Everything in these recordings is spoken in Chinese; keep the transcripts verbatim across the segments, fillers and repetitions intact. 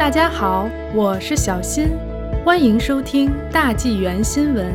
大家好，我是小新，欢迎收听大纪元新闻。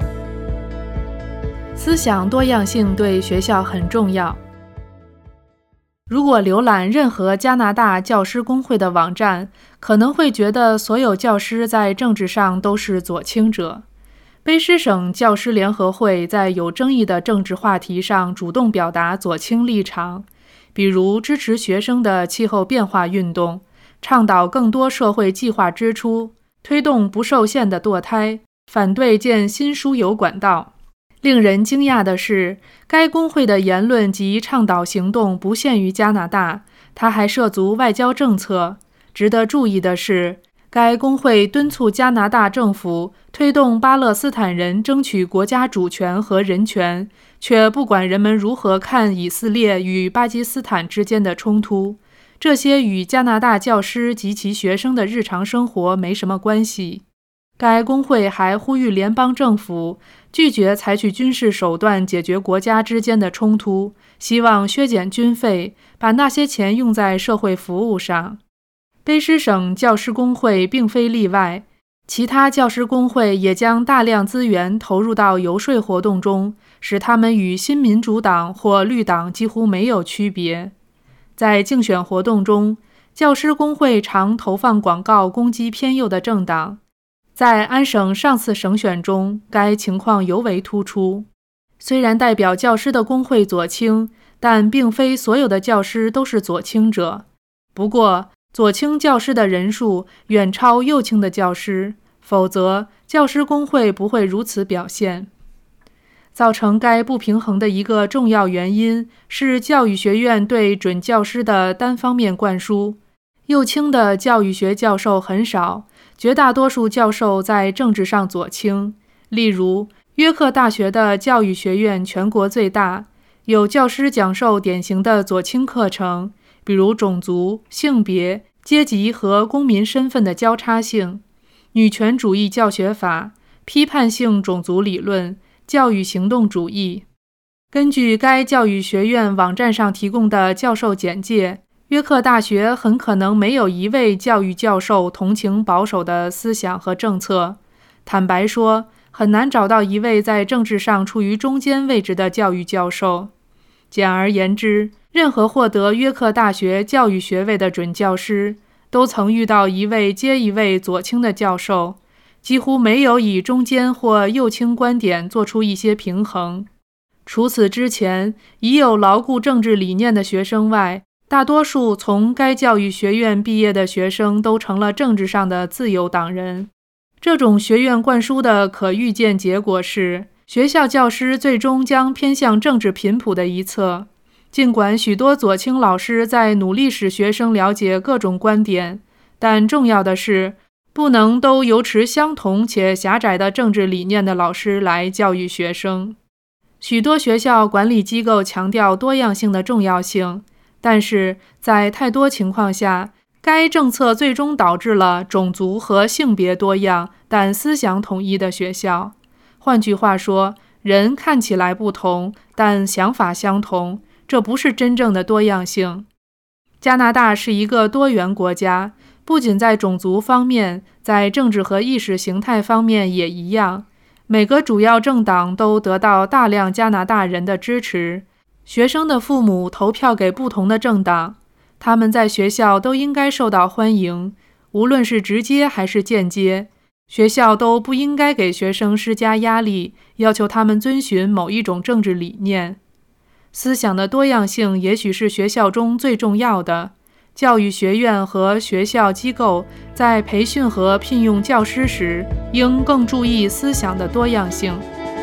思想多样性对学校很重要。如果浏览任何加拿大教师工会的网站，可能会觉得所有教师在政治上都是左倾者。卑诗省教师联合会在有争议的政治话题上主动表达左倾立场，比如支持学生的气候变化运动，倡导更多社会计划支出，推动不受限的堕胎，反对建新输油管道。令人惊讶的是，该工会的言论及倡导行动不限于加拿大，它还涉足外交政策。值得注意的是，该工会敦促加拿大政府推动巴勒斯坦人争取国家主权和人权，却不管人们如何看以色列与巴基斯坦之间的冲突。这些与加拿大教师及其学生的日常生活没什么关系。该工会还呼吁联邦政府拒绝采取军事手段解决国家之间的冲突，希望削减军费，把那些钱用在社会服务上。卑诗省教师工会并非例外，其他教师工会也将大量资源投入到游说活动中，使他们与新民主党或绿党几乎没有区别。在竞选活动中，教师工会常投放广告攻击偏右的政党。在安省上次省选中，该情况尤为突出。虽然代表教师的工会左倾，但并非所有的教师都是左倾者。不过，左倾教师的人数远超右倾的教师，否则教师工会不会如此表现。造成该不平衡的一个重要原因是教育学院对准教师的单方面灌输。右倾的教育学教授很少，绝大多数教授在政治上左倾。例如，约克大学的教育学院全国最大，有教师讲授典型的左倾课程，比如种族、性别、阶级和公民身份的交叉性、女权主义教学法、批判性种族理论、教育行动主义。根据该教育学院网站上提供的教授简介，约克大学很可能没有一位教育教授同情保守的思想和政策。坦白说，很难找到一位在政治上处于中间位置的教育教授。简而言之，任何获得约克大学教育学位的准教师，都曾遇到一位接一位左倾的教授，几乎没有以中间或右倾观点做出一些平衡。除此之前，已有牢固政治理念的学生外，大多数从该教育学院毕业的学生都成了政治上的自由党人。这种学院灌输的可预见结果是，学校教师最终将偏向政治频谱的一侧。尽管许多左倾老师在努力使学生了解各种观点，但重要的是，不能都由持相同且狭窄的政治理念的老师来教育学生。许多学校管理机构强调多样性的重要性，但是在太多情况下，该政策最终导致了种族和性别多样但思想统一的学校。换句话说，人看起来不同，但想法相同，这不是真正的多样性。加拿大是一个多元国家，不仅在种族方面，在政治和意识形态方面也一样。每个主要政党都得到大量加拿大人的支持。学生的父母投票给不同的政党，他们在学校都应该受到欢迎，无论是直接还是间接。学校都不应该给学生施加压力，要求他们遵循某一种政治理念。思想的多样性也许是学校中最重要的。教育学院和学校机构在培训和聘用教师时，应更注意思想的多样性。